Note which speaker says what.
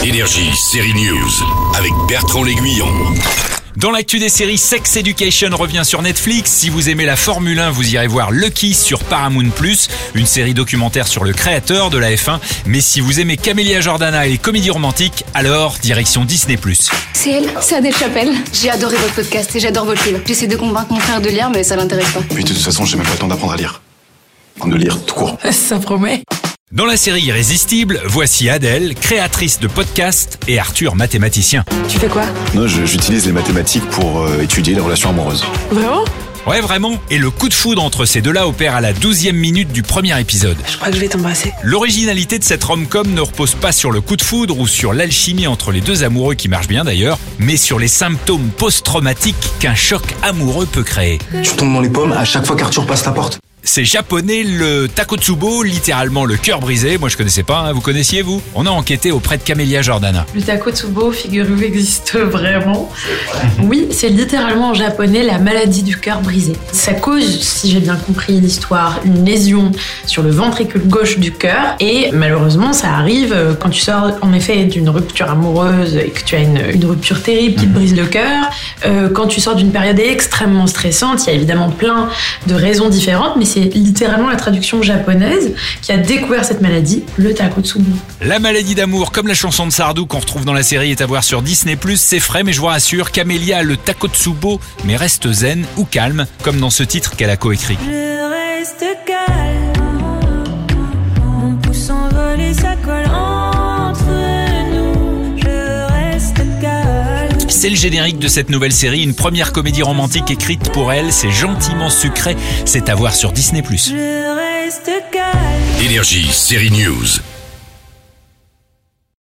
Speaker 1: Énergie, série News, avec Bertrand L'Aiguillon.
Speaker 2: Dans l'actu des séries, Sex Education revient sur Netflix. Si vous aimez la Formule 1, vous irez voir Lucky sur Paramount+, une série documentaire sur le créateur de la F1. Mais si vous aimez Camélia Jordana et les comédies romantiques, alors direction Disney+.
Speaker 3: C'est elle, c'est Adèle Chapelle. J'ai adoré votre podcast et j'adore votre livre. J'essaie de convaincre mon frère de lire, mais ça l'intéresse pas.
Speaker 4: Puis de toute façon, j'ai même pas le temps d'apprendre à lire. De lire tout court.
Speaker 3: Ça promet.
Speaker 2: Dans la série Irrésistible, voici Adèle, créatrice de podcasts, et Arthur, mathématicien.
Speaker 3: Tu fais quoi?
Speaker 4: Non, j'utilise les mathématiques pour étudier les relations amoureuses.
Speaker 3: Vraiment?
Speaker 2: Ouais, vraiment. Et le coup de foudre entre ces deux-là opère à la 12e minute du premier épisode.
Speaker 3: Je crois que je vais t'embrasser.
Speaker 2: L'originalité de cette rom-com ne repose pas sur le coup de foudre ou sur l'alchimie entre les deux amoureux qui marche bien d'ailleurs, mais sur les symptômes post-traumatiques qu'un choc amoureux peut créer.
Speaker 4: Tu tombes dans les pommes à chaque fois qu'Arthur passe la porte.
Speaker 2: C'est japonais, le takotsubo, littéralement le cœur brisé. Moi je connaissais pas, hein. Vous connaissiez vous? On a enquêté auprès de Camélia Jordana.
Speaker 5: Le takotsubo, figurez-vous, existe vraiment. Oui, c'est littéralement en japonais la maladie du cœur brisé. Ça cause, si j'ai bien compris l'histoire, une lésion sur le ventricule gauche du cœur. Et malheureusement, ça arrive quand tu sors en effet d'une rupture amoureuse et que tu as une rupture terrible qui te brise le cœur. Quand tu sors d'une période extrêmement stressante, il y a évidemment plein de raisons différentes, mais c'est littéralement la traduction japonaise qui a découvert cette maladie, le takotsubo.
Speaker 2: La maladie d'amour, comme la chanson de Sardou qu'on retrouve dans la série, est à voir sur Disney+. C'est frais, mais je vous rassure, Camélia a le takotsubo, mais reste zen ou calme, comme dans ce titre qu'elle a coécrit.
Speaker 6: Je reste calme, mon pouce envolé, ça colle entre nous. Je reste calme.
Speaker 2: C'est le générique de cette nouvelle série, une première comédie romantique écrite pour elle. C'est gentiment sucré, c'est à voir sur Disney+.
Speaker 6: Je reste calme.
Speaker 1: Énergie, série News.